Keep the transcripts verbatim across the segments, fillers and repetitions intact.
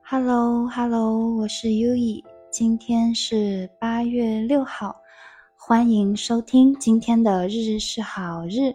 Hello Hello， 我是 Yui， 今天是八月六号，欢迎收听今天的日日是好日。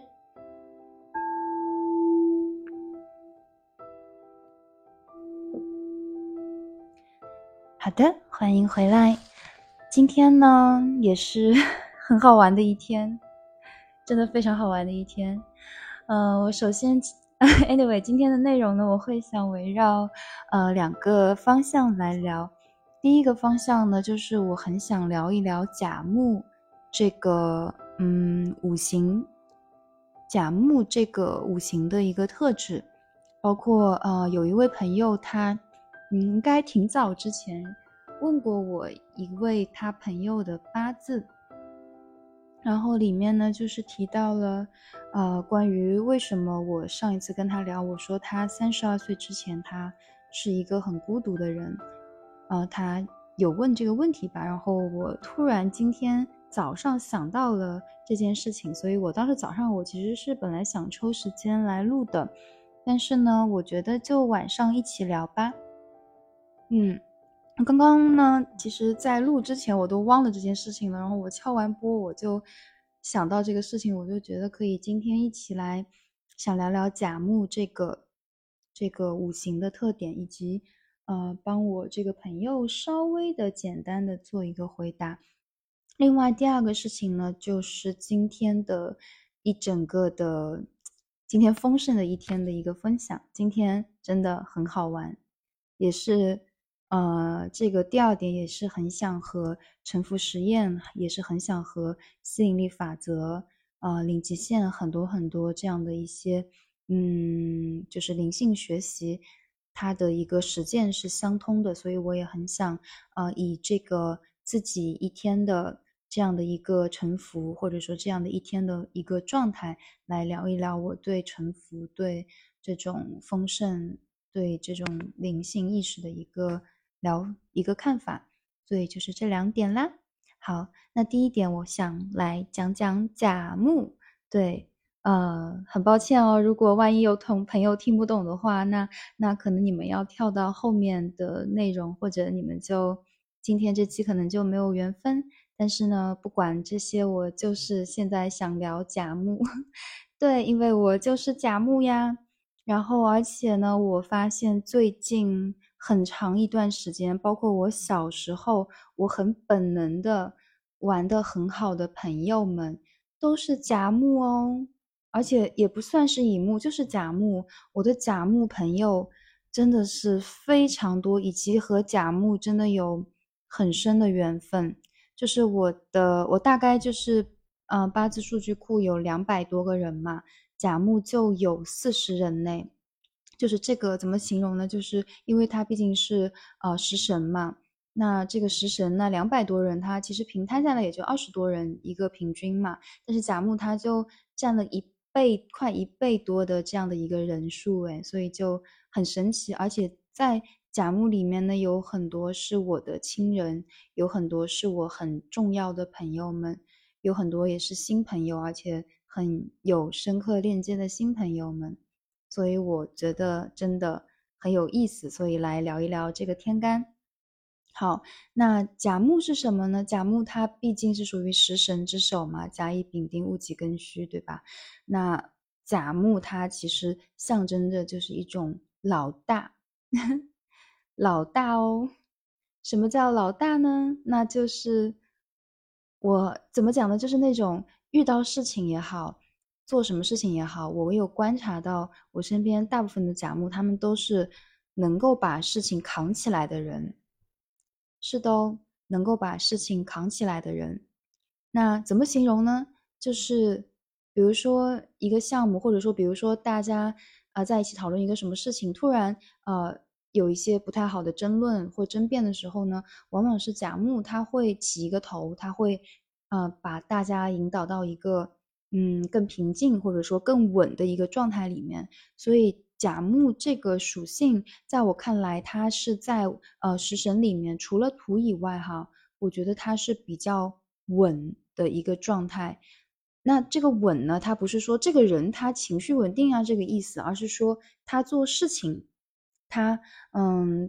好的，欢迎回来。今天呢也是很好玩的一天，真的非常好玩的一天。呃，我首先anyway 今天的内容呢，我会想围绕呃两个方向来聊。第一个方向呢，就是我很想聊一聊甲木这个嗯五行，甲木这个五行的一个特质，包括呃有一位朋友他嗯应该挺早之前问过我一位他朋友的八字。然后里面呢，就是提到了，呃，关于为什么我上一次跟他聊，我说他三十二岁之前他是一个很孤独的人，呃，他有问这个问题吧，然后我突然今天早上想到了这件事情，所以我当时早上我其实是本来想抽时间来录的，但是呢，我觉得就晚上一起聊吧。嗯。刚刚呢，其实在录之前我都忘了这件事情了，然后我敲完播我就想到这个事情，我就觉得可以今天一起来想聊聊甲木这个这个五行的特点，以及呃帮我这个朋友稍微的简单的做一个回答。另外第二个事情呢，就是今天的一整个的今天丰盛的一天的一个分享，今天真的很好玩，也是呃，这个第二点也是很想和沉浮实验，也是很想和吸引力法则、呃零极限很多很多这样的一些，嗯，就是灵性学习，它的一个实践是相通的，所以我也很想，呃，以这个自己一天的这样的一个沉浮，或者说这样的一天的一个状态，来聊一聊我对沉浮、对这种丰盛、对这种灵性意识的一个聊一个看法，所以就是这两点啦。好，那第一点我想来讲讲甲木。对，呃，很抱歉哦，如果万一有同朋友听不懂的话，那那可能你们要跳到后面的内容，或者你们就今天这期可能就没有缘分。但是呢，不管这些，我就是现在想聊甲木。对，因为我就是甲木呀。然后而且呢，我发现最近很长一段时间，包括我小时候我很本能的玩得很好的朋友们都是甲木哦，而且也不算是乙木，就是甲木。我的甲木朋友真的是非常多，以及和甲木真的有很深的缘分。就是我的我大概就是呃八字数据库有两百多个人嘛，甲木就有四十人内。就是这个怎么形容呢，就是因为它毕竟是呃食神嘛，那这个食神呢两百多人，它其实平摊下来也就二十多人一个平均嘛，但是甲木它就占了一倍快一倍多的这样的一个人数诶，所以就很神奇。而且在甲木里面呢，有很多是我的亲人，有很多是我很重要的朋友们，有很多也是新朋友，而且很有深刻链接的新朋友们，所以我觉得真的很有意思，所以来聊一聊这个天干。好，那甲木是什么呢？甲木它毕竟是属于食神之首嘛，甲乙丙丁戊己庚戌，对吧？那甲木它其实象征着就是一种老大，老大哦。什么叫老大呢？那就是我怎么讲呢？就是那种遇到事情也好，做什么事情也好，我有观察到我身边大部分的甲木，他们都是能够把事情扛起来的人。是的哦，能够把事情扛起来的人。那怎么形容呢？就是比如说一个项目，或者说比如说大家啊、呃在一起讨论一个什么事情，突然呃有一些不太好的争论或争辩的时候呢，往往是甲木他会起一个头，他会呃把大家引导到一个嗯更平静或者说更稳的一个状态里面。所以甲木这个属性，在我看来，它是在呃食神里面，除了土以外，哈，我觉得它是比较稳的一个状态。那这个稳呢，它不是说这个人他情绪稳定啊这个意思，而是说他做事情，他嗯，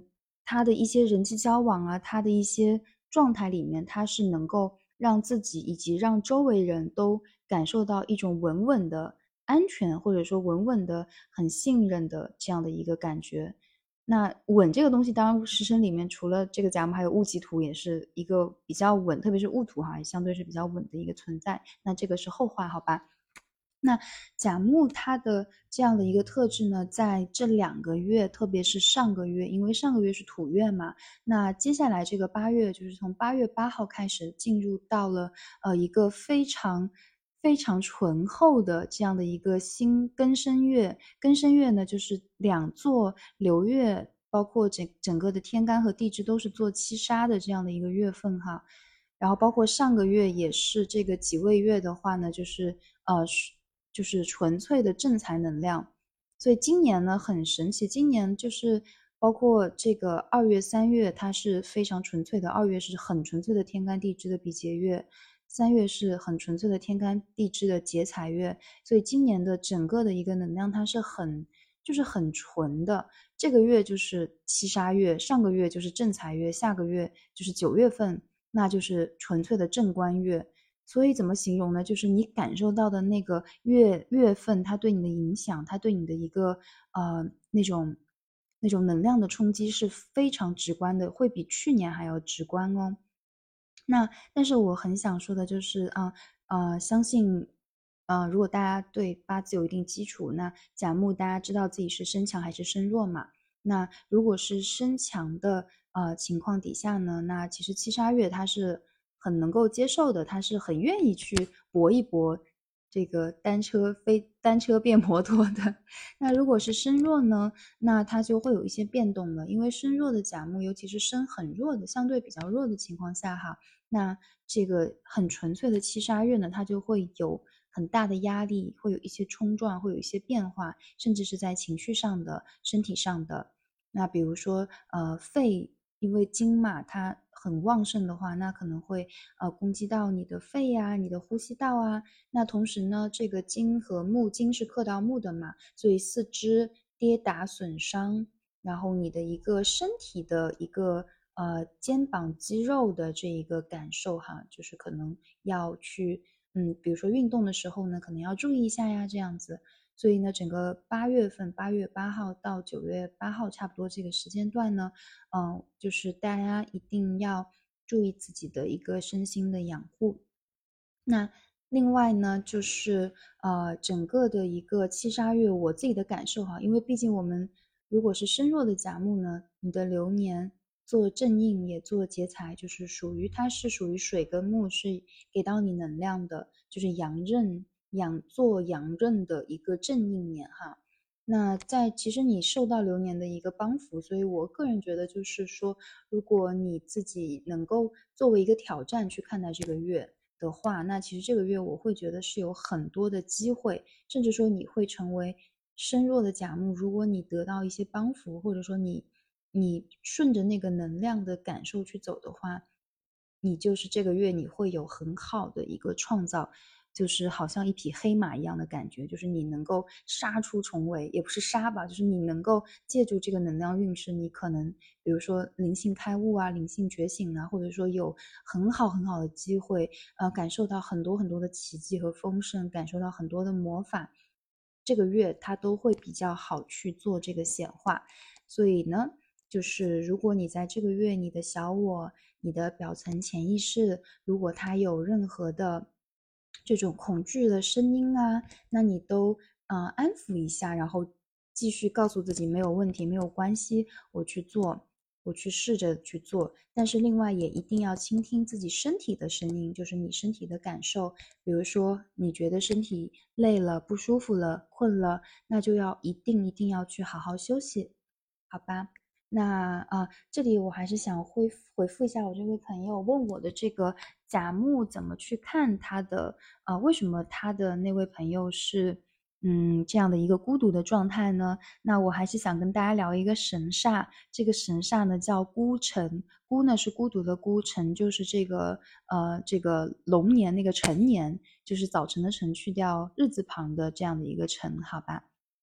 他的一些人际交往啊，他的一些状态里面，他是能够让自己以及让周围人都感受到一种稳稳的安全，或者说稳稳的很信任的这样的一个感觉。那稳这个东西，当然食神里面除了这个甲木，还有戊己土，也是一个比较稳，特别是戊土哈，相对是比较稳的一个存在。那这个是后话，好吧？那甲木它的这样的一个特质呢，在这两个月，特别是上个月，因为上个月是土月嘛，那接下来这个八月，就是从八月八号开始进入到了呃一个非常非常醇厚的这样的一个新庚申月。庚申月呢，就是两座流月，包括整整个的天干和地支都是做七杀的这样的一个月份哈。然后包括上个月也是这个己未月的话呢，就是呃就是纯粹的正财能量。所以今年呢很神奇，今年就是包括这个二月三月它是非常纯粹的，二月是很纯粹的天干地支的比劫月，三月是很纯粹的天干地支的劫财月。所以今年的整个的一个能量它是很就是很纯的。这个月就是七杀月，上个月就是正财月，下个月就是九月份，那就是纯粹的正官月。所以怎么形容呢？就是你感受到的那个月月份，它对你的影响，它对你的一个呃那种那种能量的冲击是非常直观的，会比去年还要直观哦。那但是我很想说的就是啊呃，相信呃，如果大家对八字有一定基础，那甲木大家知道自己是身强还是身弱嘛？那如果是身强的呃情况底下呢，那其实七杀月它是很能够接受的，他是很愿意去搏一搏这个单车飞单车变摩托的。那如果是身弱呢，那它就会有一些变动了，因为身弱的甲木，尤其是身很弱的，相对比较弱的情况下哈，那这个很纯粹的七杀月呢，它就会有很大的压力，会有一些冲撞，会有一些变化，甚至是在情绪上的、身体上的。那比如说，呃，肺，因为金嘛，它很旺盛的话，那可能会呃攻击到你的肺呀、你的呼吸道啊。那同时呢，这个金和木，金是克到木的嘛，所以四肢跌打损伤，然后你的一个身体的一个呃肩膀肌肉的这一个感受哈，就是可能要去嗯，比如说运动的时候呢，可能要注意一下呀，这样子。所以呢，整个八月份，八月八号到九月八号，差不多这个时间段呢，嗯，就是大家一定要注意自己的一个身心的养护。那另外呢，就是呃，整个的一个七杀月，我自己的感受哈，因为毕竟我们如果是身弱的甲木呢，你的流年做正印也做劫财，就是属于它是属于水跟木是给到你能量的，就是阳刃阳做阳刃的一个正印年哈。那在其实你受到流年的一个帮扶，所以我个人觉得就是说，如果你自己能够作为一个挑战去看待这个月的话，那其实这个月我会觉得是有很多的机会，甚至说你会成为身弱的甲木，如果你得到一些帮扶，或者说你你顺着那个能量的感受去走的话，你就是这个月你会有很好的一个创造。就是好像一匹黑马一样的感觉，就是你能够杀出重围，也不是杀吧，就是你能够借助这个能量运势，你可能比如说灵性开悟啊，灵性觉醒啊，或者说有很好很好的机会，呃，感受到很多很多的奇迹和丰盛，感受到很多的魔法，这个月它都会比较好去做这个显化。所以呢，就是如果你在这个月，你的小我、你的表层潜意识，如果它有任何的这种恐惧的声音啊，那你都呃安抚一下，然后继续告诉自己没有问题，没有关系，我去做，我去试着去做。但是另外也一定要倾听自己身体的声音，就是你身体的感受。比如说你觉得身体累了、不舒服了、困了，那就要一定一定要去好好休息，好吧？那啊、呃，这里我还是想回回复一下我这位朋友问我的这个甲木怎么去看他的呃，为什么他的那位朋友是嗯这样的一个孤独的状态呢？那我还是想跟大家聊一个神煞，这个神煞呢叫孤辰，孤呢是孤独的孤，辰就是这个呃这个龙年那个辰年，就是早晨的晨去掉日字旁的这样的一个辰，好吧？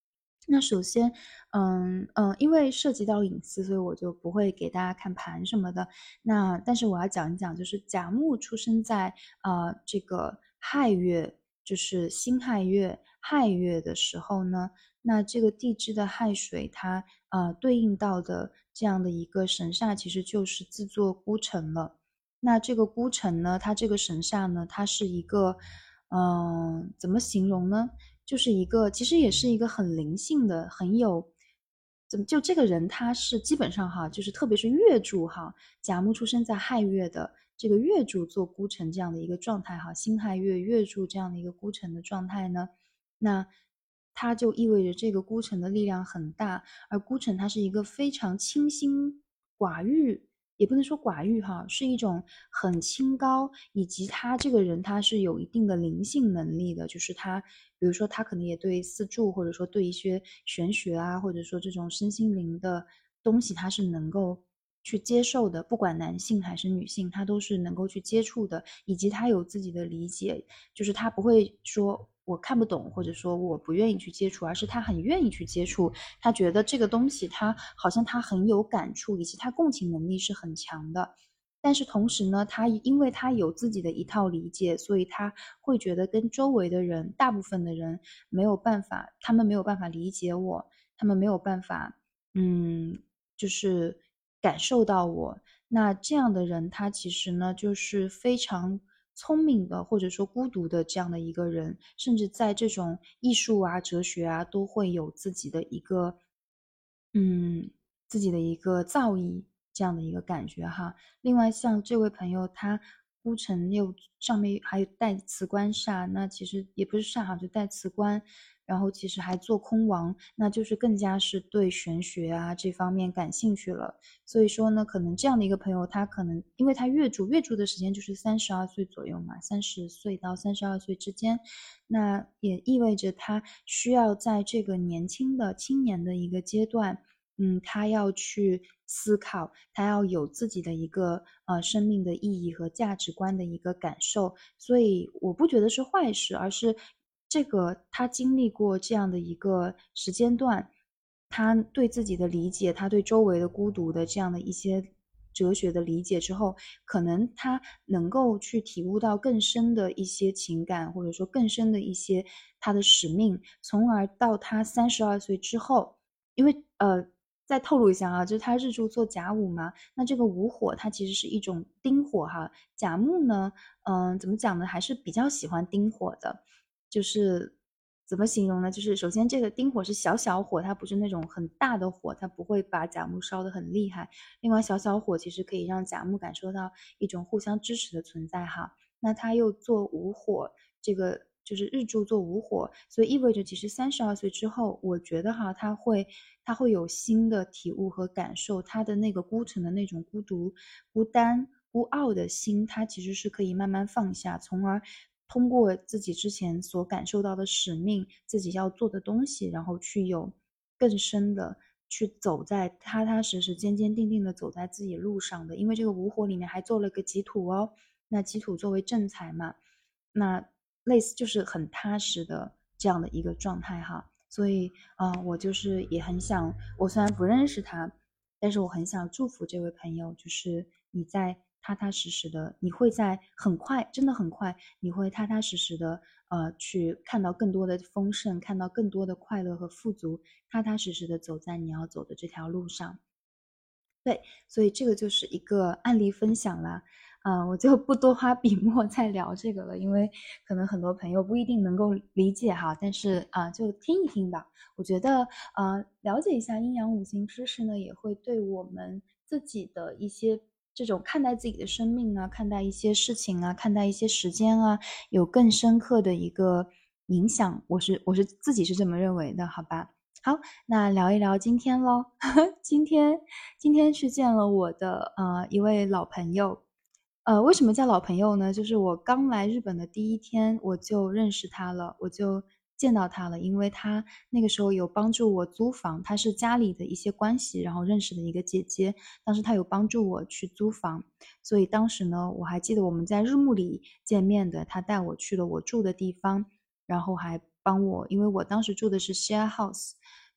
那首先，嗯嗯，因为涉及到隐私，所以我就不会给大家看盘什么的。那但是我要讲一讲，就是甲木出生在呃这个亥月，就是辛亥月亥月的时候呢，那这个地支的亥水它呃对应到的这样的一个神煞，其实就是自作孤城了。那这个孤城呢，它这个神煞呢，它是一个，嗯、呃怎么形容呢？就是一个其实也是一个很灵性的，很有怎么就这个人他是基本上哈，就是特别是月柱哈，甲木出生在亥月的这个月柱做孤城这样的一个状态哈，辛亥月月柱这样的一个孤城的状态呢，那它就意味着这个孤城的力量很大，而孤城它是一个非常清心寡欲，也不能说寡欲哈，是一种很清高，以及他这个人他是有一定的灵性能力的，就是他比如说他可能也对四柱或者说对一些玄学啊，或者说这种身心灵的东西他是能够去接受的，不管男性还是女性，他都是能够去接触的，以及他有自己的理解，就是他不会说我看不懂，或者说我不愿意去接触，而是他很愿意去接触，他觉得这个东西他好像他很有感触，以及他共情能力是很强的。但是同时呢，他因为他有自己的一套理解，所以他会觉得跟周围的人，大部分的人没有办法，他们没有办法理解我，他们没有办法，嗯，就是感受到我。那这样的人，他其实呢，就是非常聪明的，或者说孤独的这样的一个人，甚至在这种艺术啊、哲学啊，都会有自己的一个，嗯，自己的一个造诣这样的一个感觉哈。另外像这位朋友他孤城又上面还有带辞官煞，那其实也不是煞哈，就带辞官，然后其实还做空王，那就是更加是对玄学啊这方面感兴趣了。所以说呢，可能这样的一个朋友，他可能因为他月柱月柱的时间就是三十二岁左右嘛，三十岁到三十二岁之间，那也意味着他需要在这个年轻的青年的一个阶段，嗯，他要去思考，他要有自己的一个呃生命的意义和价值观的一个感受，所以我不觉得是坏事，而是这个他经历过这样的一个时间段，他对自己的理解，他对周围的孤独的这样的一些哲学的理解之后，可能他能够去体悟到更深的一些情感，或者说更深的一些他的使命，从而到他三十二岁之后，因为呃，再透露一下啊，就是他日柱做甲午嘛，那这个午火它其实是一种丁火哈，甲木呢，嗯、呃，怎么讲呢，还是比较喜欢丁火的，就是怎么形容呢？就是首先这个丁火是小小火，它不是那种很大的火，它不会把甲木烧得很厉害。另外，小小火其实可以让甲木感受到一种互相支持的存在哈。那他又做午火，这个就是日柱做午火，所以意味着其实三十二岁之后，我觉得哈，他会他会有新的体悟和感受，他的那个孤城的那种孤独、孤单、孤傲的心，他其实是可以慢慢放下，从而通过自己之前所感受到的使命，自己要做的东西，然后去有更深的去走在踏踏实实、坚坚定定的走在自己路上的。因为这个午火里面还做了个己土哦，那己土作为正财嘛，那类似就是很踏实的这样的一个状态哈。所以啊、呃我就是也很想，我虽然不认识他，但是我很想祝福这位朋友，就是你在踏踏实实的，你会在很快，真的很快，你会踏踏实实的，呃，去看到更多的丰盛，看到更多的快乐和富足，踏踏实实的走在你要走的这条路上。对，所以这个就是一个案例分享啦，啊，我就不多花笔墨再聊这个了，因为可能很多朋友不一定能够理解哈，但是啊，就听一听吧。我觉得呃，了解一下阴阳五行知识呢，也会对我们自己的一些这种看待自己的生命啊，看待一些事情啊，看待一些时间啊，有更深刻的一个影响。我是我是自己是这么认为的，好吧？好，那聊一聊今天咯。今天今天去见了我的呃一位老朋友，呃，为什么叫老朋友呢？就是我刚来日本的第一天，我就认识他了，我就见到他了，因为他那个时候有帮助我租房，他是家里的一些关系，然后认识的一个姐姐，当时他有帮助我去租房，所以当时呢，我还记得我们在日暮里见面的，他带我去了我住的地方，然后还帮我，因为我当时住的是 share house。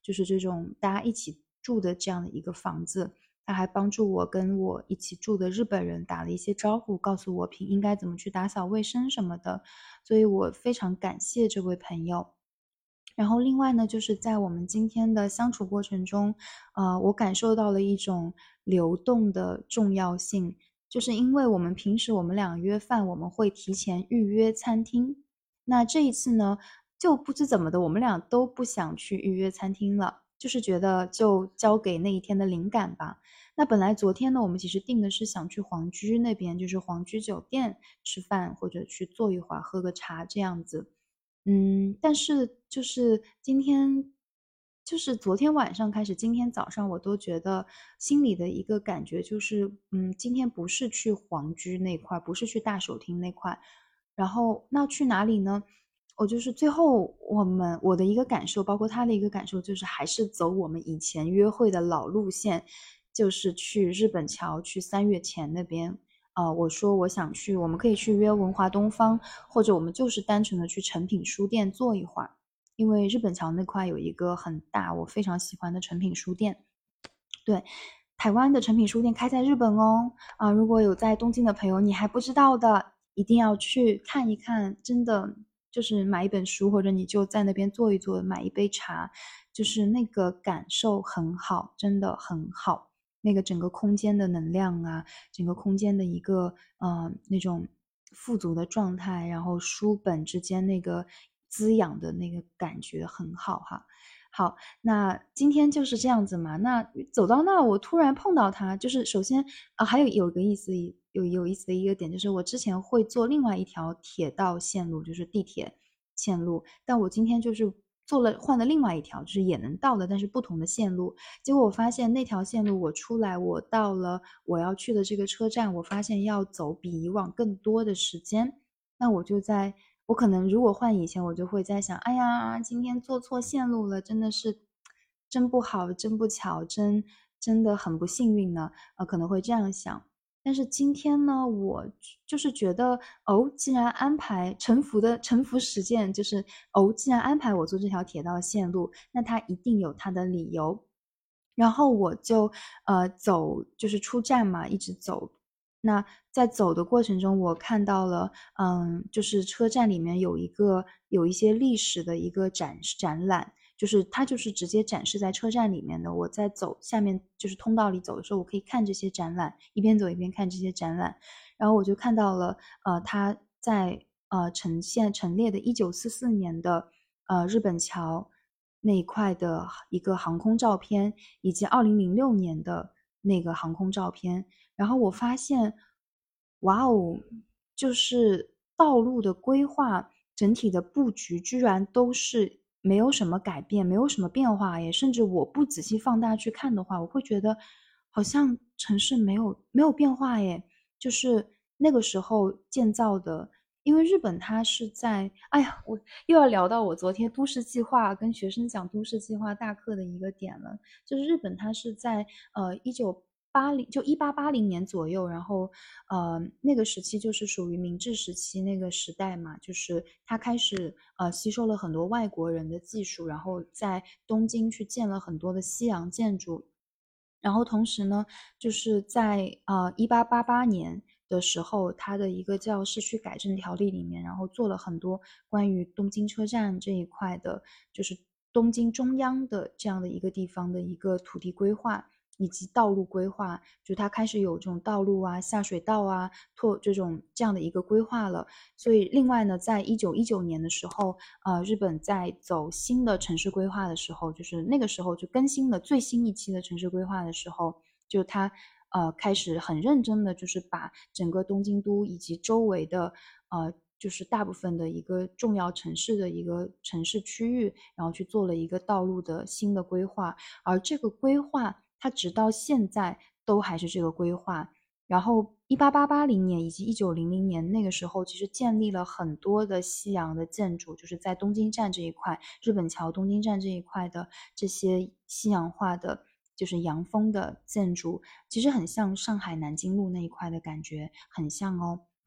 就是这种大家一起住的这样的一个房子。他还帮助我跟我一起住的日本人打了一些招呼，告诉我平应该怎么去打扫卫生什么的，所以我非常感谢这位朋友。然后另外呢，就是在我们今天的相处过程中，呃，我感受到了一种流动的重要性。就是因为我们平时我们俩约饭，我们会提前预约餐厅。那这一次呢，就不知怎么的，我们俩都不想去预约餐厅了，就是觉得就交给那一天的灵感吧。那本来昨天呢，我们其实定的是想去皇居那边，就是皇居酒店吃饭，或者去坐一会儿喝个茶这样子。嗯，但是就是今天就是昨天晚上开始，今天早上我都觉得心里的一个感觉就是，嗯，今天不是去皇居那块，不是去大手厅那块，然后那去哪里呢？我就是最后我们我的一个感受，包括他的一个感受，就是还是走我们以前约会的老路线，就是去日本桥，去三月前那边。呃，我说我想去，我们可以去约文华东方，或者我们就是单纯的去诚品书店坐一会儿。因为日本桥那块有一个很大我非常喜欢的诚品书店。对，台湾的诚品书店开在日本哦。啊、如果有在东京的朋友你还不知道的，一定要去看一看，真的就是买一本书，或者你就在那边坐一坐，买一杯茶，就是那个感受很好，真的很好。那个整个空间的能量啊，整个空间的一个呃那种富足的状态，然后书本之间那个滋养的那个感觉很好哈。好，那今天就是这样子嘛。那走到那我突然碰到他，就是首先啊，还有有个意思，有有意思的一个点，就是我之前会做另外一条铁道线路，就是地铁线路，但我今天就是做了换了另外一条，就是也能到的，但是不同的线路。结果我发现那条线路我出来，我到了我要去的这个车站，我发现要走比以往更多的时间。那我就在我可能如果换以前，我就会在想，哎呀，今天做错线路了，真的是真不好，真不巧，真真的很不幸运呢，呃，可能会这样想。但是今天呢，我就是觉得，哦，既然安排沉浮的沉浮实践，就是哦，既然安排我做这条铁道线路，那它一定有它的理由。然后我就呃走，就是出站嘛，一直走。那在走的过程中，我看到了，嗯，就是车站里面有一个有一些历史的一个展展览，就是它就是直接展示在车站里面的。我在走下面就是通道里走的时候，我可以看这些展览，一边走一边看这些展览。然后我就看到了，呃，它在呃呈现陈列的一九四四年的呃日本桥那一块的一个航空照片，以及二零零六年的那个航空照片。然后我发现，哇哦，就是道路的规划，整体的布局居然都是没有什么改变，没有什么变化耶。甚至我不仔细放大去看的话，我会觉得好像城市没有没有变化耶。就是那个时候建造的，因为日本它是在，哎呀，我又要聊到我昨天都市计划跟学生讲都市计划大课的一个点了。就是日本它是在呃一九八零就一八八零年左右，然后呃那个时期就是属于明治时期那个时代嘛，就是它开始呃吸收了很多外国人的技术，然后在东京去建了很多的西洋建筑。然后同时呢，就是在呃一八八八年的时候，它的一个叫市区改正条例里面，然后做了很多关于东京车站这一块的，就是东京中央的这样的一个地方的一个土地规划以及道路规划，就它开始有这种道路啊、下水道啊、拓这种这样的一个规划了。所以另外呢，在一九一九年的时候，呃，日本在走新的城市规划的时候，就是那个时候就更新了最新一期的城市规划的时候，就它呃开始很认真的就是把整个东京都以及周围的呃就是大部分的一个重要城市的一个城市区域，然后去做了一个道路的新的规划。而这个规划它直到现在都还是这个规划。然后一八八零年以及一九零零年那个时候，其实建立了很多的西洋的建筑，就是在东京站这一块，日本桥东京站这一块的这些西洋化的，就是洋风的建筑，其实很像上海南京路那一块的感觉，很像哦。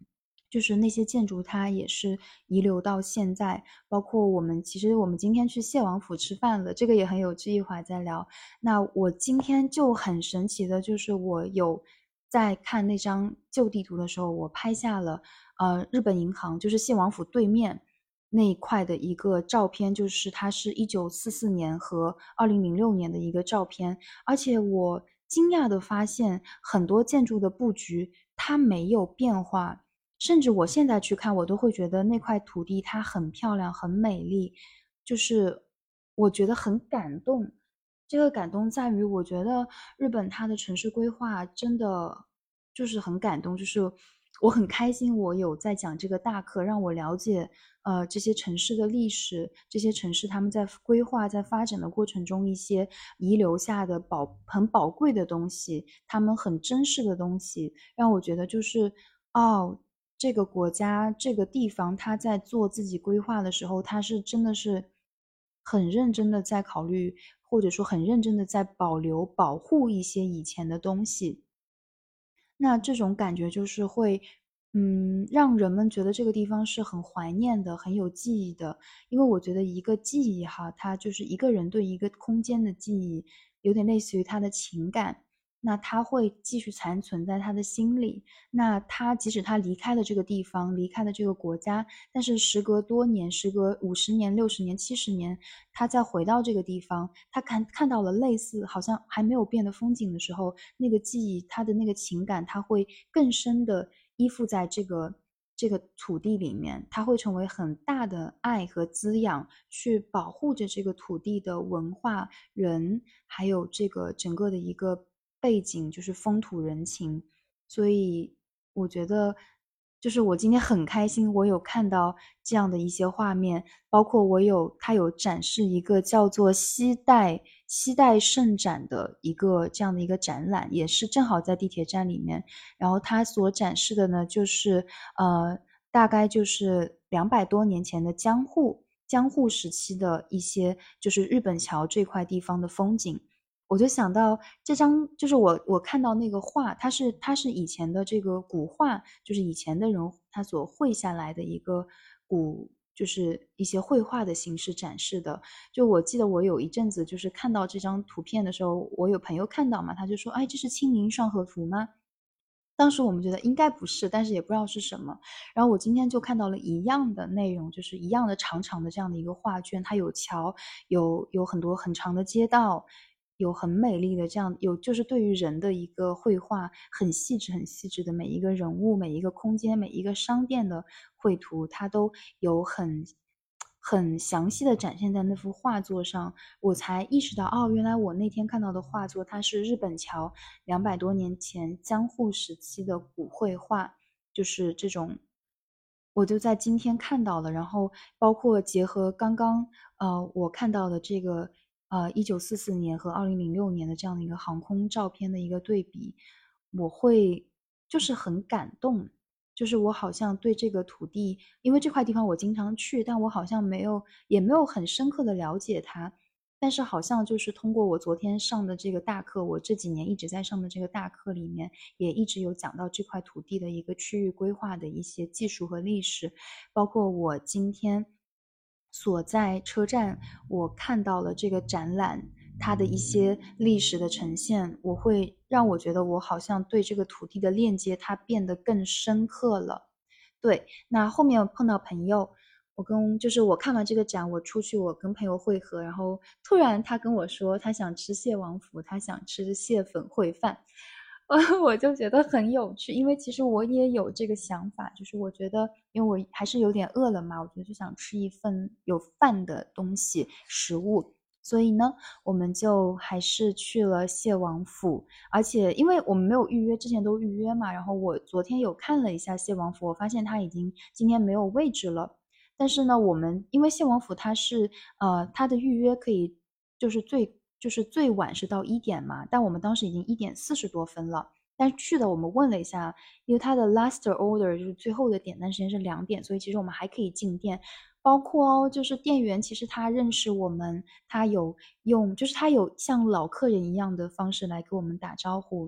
就是那些建筑它也是遗留到现在，包括我们其实我们今天去谢王府吃饭了，这个也很有趣，一会儿再聊。那我今天就很神奇的就是我有在看那张旧地图的时候，我拍下了呃日本银行，就是谢王府对面那一块的一个照片，就是它是一九四四年和二零零六年的一个照片。而且我惊讶的发现很多建筑的布局它没有变化，甚至我现在去看我都会觉得那块土地它很漂亮很美丽，就是我觉得很感动。这个感动在于我觉得日本它的城市规划真的就是很感动，就是我很开心我有在讲这个大课，让我了解呃这些城市的历史，这些城市他们在规划在发展的过程中一些遗留下的宝很宝贵的东西，他们很珍视的东西，让我觉得就是哦这个国家这个地方他在做自己规划的时候，他是真的是很认真的在考虑，或者说很认真的在保留保护一些以前的东西。那这种感觉就是会嗯，让人们觉得这个地方是很怀念的，很有记忆的。因为我觉得一个记忆哈，它就是一个人对一个空间的记忆，有点类似于他的情感，那他会继续残存在他的心里。那他即使他离开了这个地方，离开了这个国家，但是时隔多年，时隔五十年、六十年、七十年，他再回到这个地方，他看看到了类似好像还没有变的风景的时候，那个记忆，他的那个情感，他会更深的依附在这个这个土地里面，它会成为很大的爱和滋养，去保护着这个土地的文化、人，还有这个整个的一个背景，就是风土人情。所以我觉得就是我今天很开心，我有看到这样的一些画面，包括我有它有展示一个叫做西代西代盛展的一个这样的一个展览，也是正好在地铁站里面。然后它所展示的呢，就是呃，大概就是两百多年前的江户江户时期的一些就是日本桥这块地方的风景。我就想到这张就是我我看到那个画，它是它是以前的这个古画，就是以前的人他所绘下来的一个古就是一些绘画的形式展示的。就我记得我有一阵子就是看到这张图片的时候，我有朋友看到嘛，他就说：“哎，这是清明上河图吗？”当时我们觉得应该不是，但是也不知道是什么。然后我今天就看到了一样的内容，就是一样的长长的这样的一个画卷，它有桥，有有很多很长的街道，有很美丽的这样有就是对于人的一个绘画，很细致很细致的每一个人物、每一个空间、每一个商店的绘图，它都有很很详细的展现在那幅画作上。我才意识到，哦，原来我那天看到的画作，它是日本桥两百多年前江户时期的古绘画，就是这种我就在今天看到了，然后包括结合刚刚呃我看到的这个呃一九四四年和二零零六年的这样的一个航空照片的一个对比，我会就是很感动。就是我好像对这个土地，因为这块地方我经常去，但我好像没有也没有很深刻的了解它。但是好像就是通过我昨天上的这个大课，我这几年一直在上的这个大课里面，也一直有讲到这块土地的一个区域规划的一些技术和历史。包括我今天所在车站，我看到了这个展览，它的一些历史的呈现，我会让我觉得我好像对这个土地的链接，它变得更深刻了。对，那后面碰到朋友，我跟就是我看完这个展，我出去我跟朋友会合，然后突然他跟我说他想吃蟹王府，他想吃蟹粉烩饭。呃，我就觉得很有趣，因为其实我也有这个想法，就是我觉得因为我还是有点饿了嘛，我觉得就想吃一份有饭的东西食物。所以呢，我们就还是去了蟹王府，而且因为我们没有预约，之前都预约嘛，然后我昨天有看了一下蟹王府，我发现它已经今天没有位置了。但是呢，我们因为蟹王府它是呃它的预约可以就是最就是最晚是到一点嘛，但我们当时已经一点四十多分了。但去的我们问了一下，因为它的 last order 就是最后的点单时间是两点，所以其实我们还可以进店。包括哦，就是店员其实他认识我们，他有用就是他有像老客人一样的方式来给我们打招呼。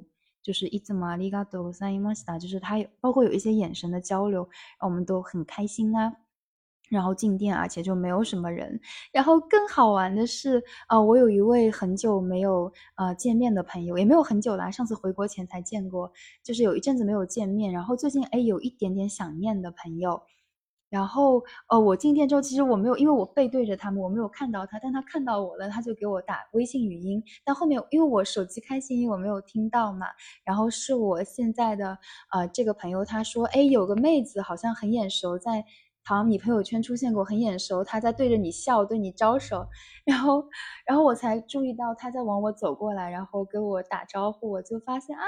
就是いつもありがとうございました，就是他有包括有一些眼神的交流，让我们都很开心啊。然后进店，而且就没有什么人。然后更好玩的是，呃，我有一位很久没有呃见面的朋友，也没有很久啦，上次回国前才见过，就是有一阵子没有见面，然后最近哎有一点点想念的朋友。然后呃，我进店之后，其实我没有，因为我背对着他们，我没有看到他，但他看到我了，他就给我打微信语音。但后面因为我手机开静音，我没有听到嘛。然后是我现在的呃这个朋友，他说，哎，有个妹子好像很眼熟，在好像你朋友圈出现过，很眼熟，他在对着你笑，对你招手。然后，然后我才注意到他在往我走过来，然后跟我打招呼，我就发现啊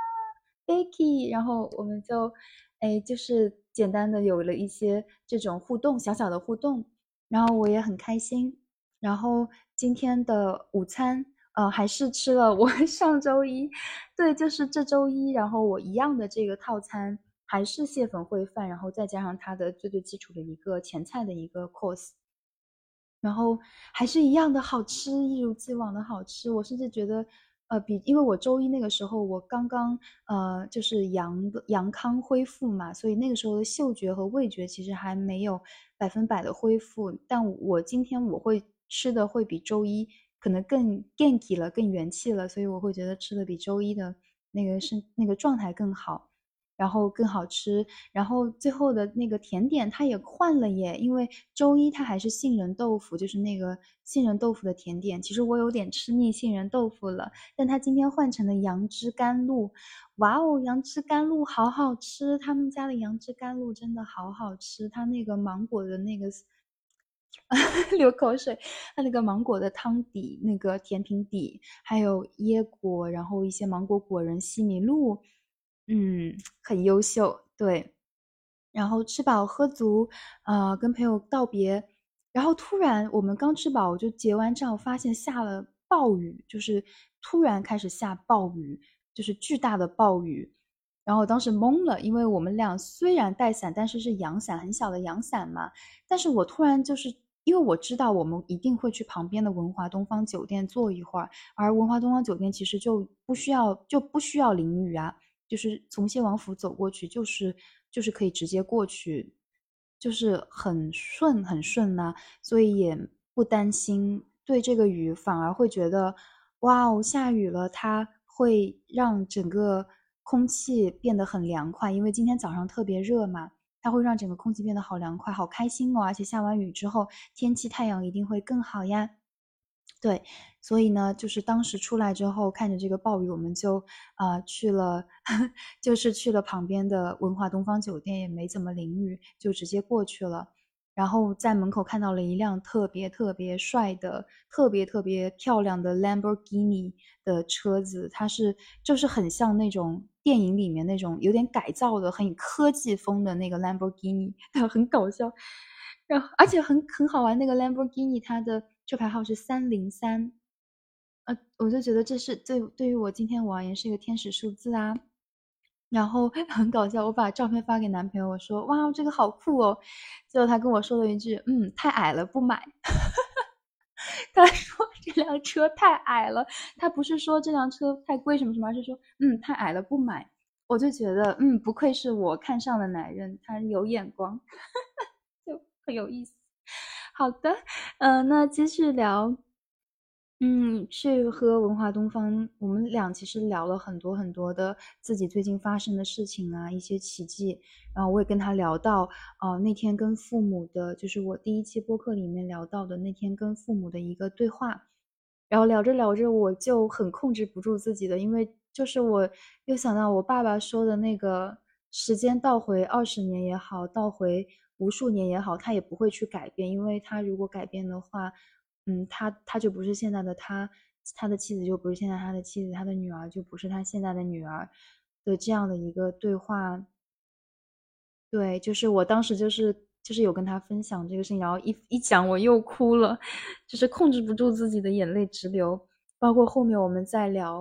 ，Becky，然后我们就，哎，就是简单的有了一些这种互动，小小的互动，然后我也很开心。然后今天的午餐，呃，还是吃了我上周一，对，就是这周一，然后我一样的这个套餐，还是蟹粉烩饭，然后再加上它的最最基础的一个前菜的一个 course。然后还是一样的好吃，一如既往的好吃。我甚至觉得，呃，比因为我周一那个时候我刚刚呃就是阳阳康恢复嘛，所以那个时候的嗅觉和味觉其实还没有百分百的恢复。但我今天我会吃的会比周一可能更 ganky 了，更元气了，所以我会觉得吃的比周一的那个是那个状态更好。然后更好吃，然后最后的那个甜点它也换了耶，因为周一它还是杏仁豆腐，就是那个杏仁豆腐的甜点，其实我有点吃腻杏仁豆腐了，但它今天换成了杨枝甘露，哇哦，杨枝甘露好好吃，他们家的杨枝甘露真的好好吃，它那个芒果的那个流口水，它那个芒果的汤底，那个甜品底，还有椰果，然后一些芒果果仁、西米露，嗯，很优秀，对。然后吃饱喝足，呃，跟朋友道别，然后突然我们刚吃饱，我就结完账，发现下了暴雨，就是突然开始下暴雨，就是巨大的暴雨。然后我当时懵了，因为我们俩虽然带伞，但是是阳伞，很小的阳伞嘛。但是我突然就是因为我知道我们一定会去旁边的文华东方酒店坐一会儿，而文华东方酒店其实就不需要就不需要淋雨啊，就是从谢王府走过去，就是就是可以直接过去，就是很顺很顺呐、啊，所以也不担心对这个雨，反而会觉得哇哦，下雨了，它会让整个空气变得很凉快，因为今天早上特别热嘛。它会让整个空气变得好凉快，好开心哦！而且下完雨之后，天气太阳一定会更好呀。对，所以呢，就是当时出来之后，看着这个暴雨，我们就啊、呃、去了，就是去了旁边的文华东方酒店，也没怎么淋雨，就直接过去了。然后在门口看到了一辆特别特别帅的、特别特别漂亮的 Lamborghini 的车子，它是就是很像那种电影里面那种有点改造的、很科技风的那个 Lamborghini，很搞笑。然后而且很很好玩，那个 Lamborghini 它的车牌号是三零三，呃，我就觉得这是对对于我今天我而言是一个天使数字啊。然后很搞笑，我把照片发给男朋友，我说：“哇，这个好酷哦！”结果他跟我说了一句：“嗯，太矮了，不买。”他说这辆车太矮了，他不是说这辆车太贵什么什么，而是说嗯太矮了不买。我就觉得嗯不愧是我看上的男人，他有眼光，就很有意思。好的，呃，那继续聊。嗯，去喝文华东方，我们俩其实聊了很多很多的自己最近发生的事情啊，一些奇迹。然后我也跟他聊到，呃，那天跟父母的，就是我第一期播客里面聊到的那天跟父母的一个对话。然后聊着聊着，我就很控制不住自己的，因为就是我又想到我爸爸说的那个时间倒回二十年也好，倒回无数年也好，他也不会去改变，因为他如果改变的话，嗯，他他就不是现在的他，他的妻子就不是现在他的妻子，他的女儿就不是他现在的女儿的这样的一个对话。对，就是我当时就是就是有跟他分享这个事情，然后一一讲我又哭了，就是控制不住自己的眼泪直流。包括后面我们在聊，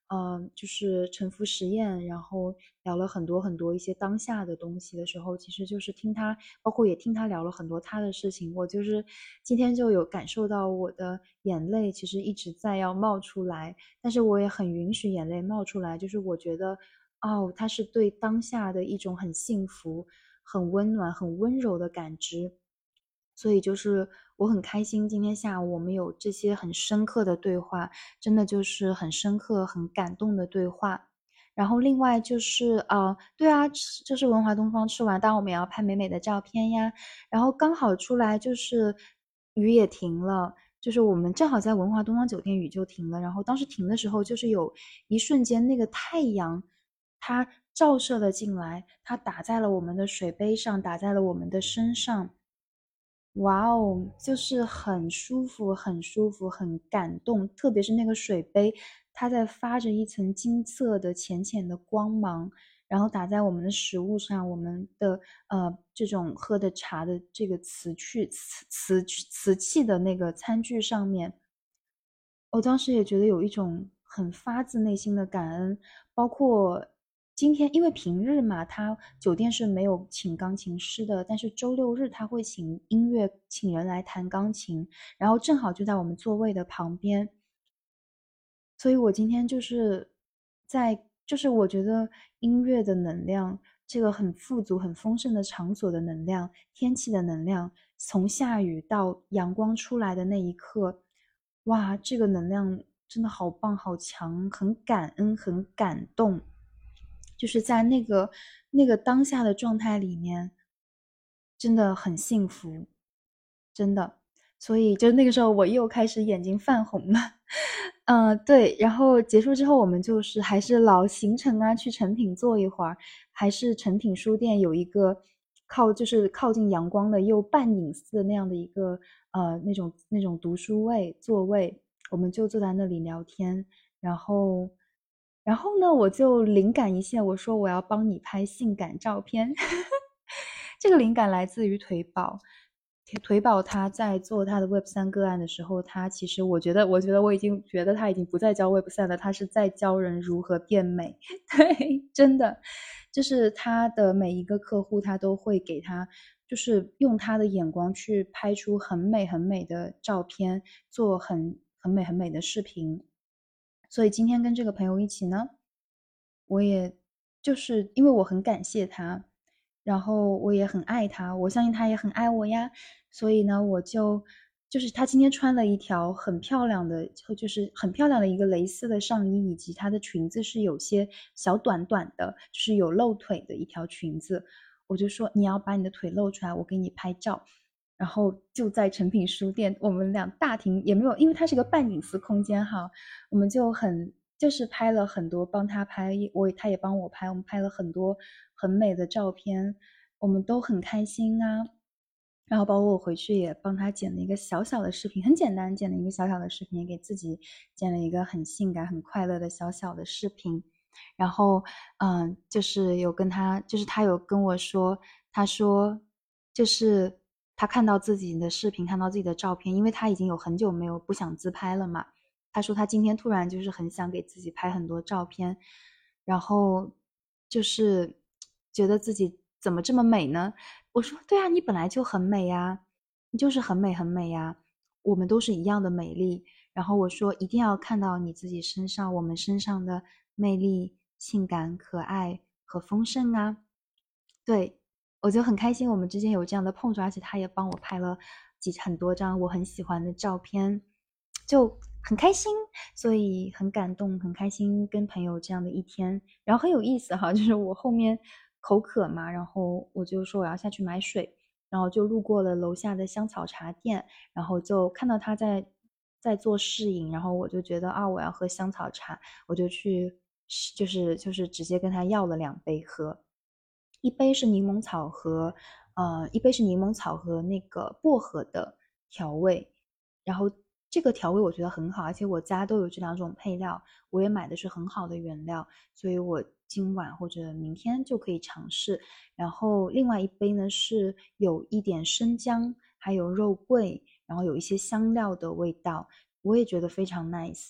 呃，就是沉浮实验，然后聊了很多很多一些当下的东西的时候，其实就是听他，包括也听他聊了很多他的事情，我就是今天就有感受到我的眼泪其实一直在要冒出来，但是我也很允许眼泪冒出来，就是我觉得，哦，他是对当下的一种很幸福、很温暖、很温柔的感知。所以就是我很开心，今天下午我们有这些很深刻的对话，真的就是很深刻、很感动的对话。然后另外就是，呃，对啊，吃就是文华东方吃完，当然我们也要拍美美的照片呀。然后刚好出来就是雨也停了，就是我们正好在文华东方酒店雨就停了，然后当时停的时候就是有一瞬间那个太阳它照射了进来，它打在了我们的水杯上，打在了我们的身上。哇哦，就是很舒服很舒服，很感动，特别是那个水杯，它在发着一层金色的浅浅的光芒，然后打在我们的食物上，我们的，呃，这种喝的茶的这个瓷去瓷瓷瓷器的那个餐具上面。我当时也觉得有一种很发自内心的感恩，包括今天因为平日嘛，他酒店是没有请钢琴师的，但是周六日他会请音乐请人来弹钢琴，然后正好就在我们座位的旁边。所以我今天就是在就是我觉得音乐的能量，这个很富足、很丰盛的场所的能量，天气的能量，从下雨到阳光出来的那一刻，哇，这个能量真的好棒、好强，很感恩、很感动。就是在那个那个当下的状态里面，真的很幸福，真的。所以就那个时候我又开始眼睛泛红了。嗯，对，然后结束之后我们就是还是老行程啊，去诚品坐一会儿，还是诚品书店有一个靠就是靠近阳光的又半隐私的那样的一个，呃，那种那种读书位座位，我们就坐在那里聊天。然后然后呢，我就灵感一现，我说我要帮你拍性感照片。这个灵感来自于腿宝，腿宝他在做他的 Web 三个案的时候，他其实我觉得我觉得我已经觉得他已经不再教 Web 三了，他是在教人如何变美。对，真的，就是他的每一个客户，他都会给他就是用他的眼光去拍出很美很美的照片，做很很美很美的视频。所以今天跟这个朋友一起呢，我也就是因为我很感谢他，然后我也很爱他，我相信他也很爱我呀。所以呢，我就就是他今天穿了一条很漂亮的就是很漂亮的一个蕾丝的上衣，以及她的裙子是有些小短短的，就是有露腿的一条裙子。我就说你要把你的腿露出来，我给你拍照。然后就在诚品书店，我们俩大庭也没有，因为它是个半隐私空间哈，我们就很就是拍了很多，帮他拍，我他也帮我拍，我们拍了很多很美的照片，我们都很开心啊。然后包括我回去也帮他剪了一个小小的视频，很简单，剪了一个小小的视频，也给自己剪了一个很性感、很快乐的小小的视频。然后，嗯，就是有跟他，就是他有跟我说，他说，就是他看到自己的视频，看到自己的照片，因为他已经有很久没有不想自拍了嘛。他说他今天突然就是很想给自己拍很多照片，然后就是觉得自己怎么这么美呢？我说对啊，你本来就很美呀，你就是很美很美呀，我们都是一样的美丽。然后我说一定要看到你自己身上，我们身上的魅力、性感、可爱和丰盛啊。对，我就很开心我们之间有这样的碰撞，而且他也帮我拍了几很多张我很喜欢的照片，就很开心，所以很感动，很开心跟朋友这样的一天。然后很有意思哈，就是我后面口渴嘛，然后我就说我要下去买水，然后就路过了楼下的香草茶店，然后就看到他在在做试饮，然后我就觉得啊，我要喝香草茶，我就去就是就是直接跟他要了两杯喝。一杯是柠檬草和呃，一杯是柠檬草和那个薄荷的调味，然后这个调味我觉得很好，而且我家都有这两种配料，我也买的是很好的原料，所以我今晚或者明天就可以尝试。然后另外一杯呢，是有一点生姜，还有肉桂，然后有一些香料的味道，我也觉得非常 nice。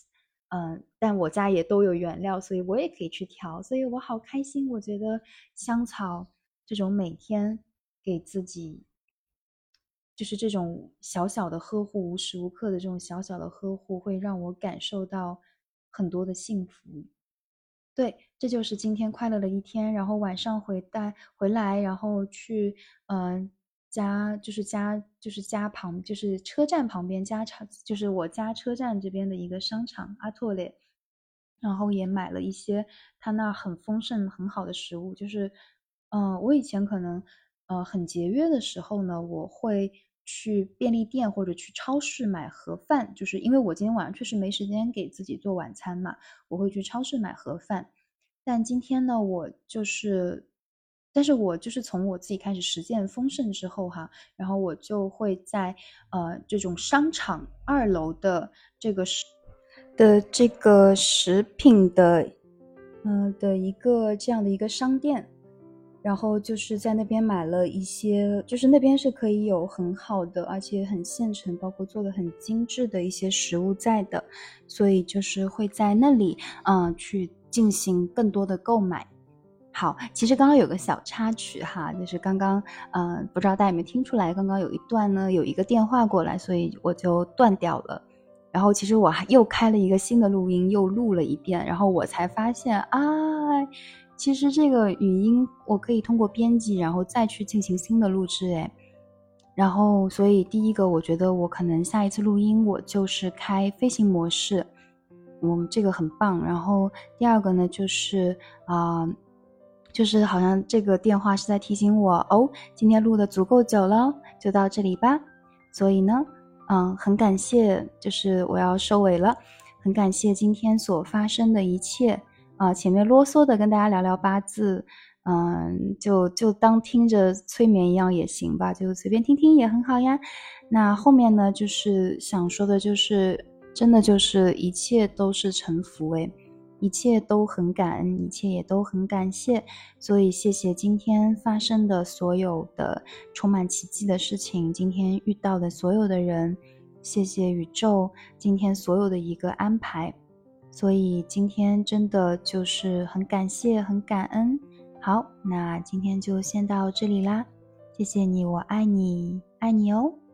嗯，但我家也都有原料，所以我也可以去调，所以我好开心。我觉得香草这种每天给自己，就是这种小小的呵护，无时无刻的这种小小的呵护，会让我感受到很多的幸福。对，这就是今天快乐的一天。然后晚上回带回来，然后去，嗯、呃家就是家就是家旁就是车站旁边家场，就是我家车站这边的一个商场阿拓列，然后也买了一些他那很丰盛很好的食物。就是，嗯、呃我以前可能呃很节约的时候呢，我会去便利店或者去超市买盒饭，就是因为我今天晚上确实没时间给自己做晚餐嘛。我会去超市买盒饭。但今天呢，我就是但是我就是从我自己开始实践丰盛之后哈，然后我就会在呃这种商场二楼的这个食的这个食品的呃的一个这样的一个商店，然后就是在那边买了一些，就是那边是可以有很好的，而且很现成，包括做的很精致的一些食物在的，所以就是会在那里，嗯、呃去进行更多的购买。好，其实刚刚有个小插曲哈，就是刚刚，呃，不知道大家有没有听出来，刚刚有一段呢，有一个电话过来，所以我就断掉了。然后其实我还又开了一个新的录音，又录了一遍，然后我才发现啊，其实这个语音我可以通过编辑，然后再去进行新的录制诶。然后所以第一个我觉得我可能下一次录音我就是开飞行模式，嗯，这个很棒。然后第二个呢就是啊、呃就是好像这个电话是在提醒我哦，今天录的足够久了，就到这里吧。所以呢，嗯，很感谢，就是我要收尾了，很感谢今天所发生的一切啊、呃前面啰嗦的跟大家聊聊八字，嗯，就就当听着催眠一样也行吧，就随便听听也很好呀。那后面呢，就是想说的就是，真的就是一切都是沉浮诶，一切都很感恩，一切也都很感谢。所以谢谢今天发生的所有的充满奇迹的事情，今天遇到的所有的人，谢谢宇宙今天所有的一个安排。所以今天真的就是很感谢，很感恩。好，那今天就先到这里啦，谢谢你，我爱你，爱你哦。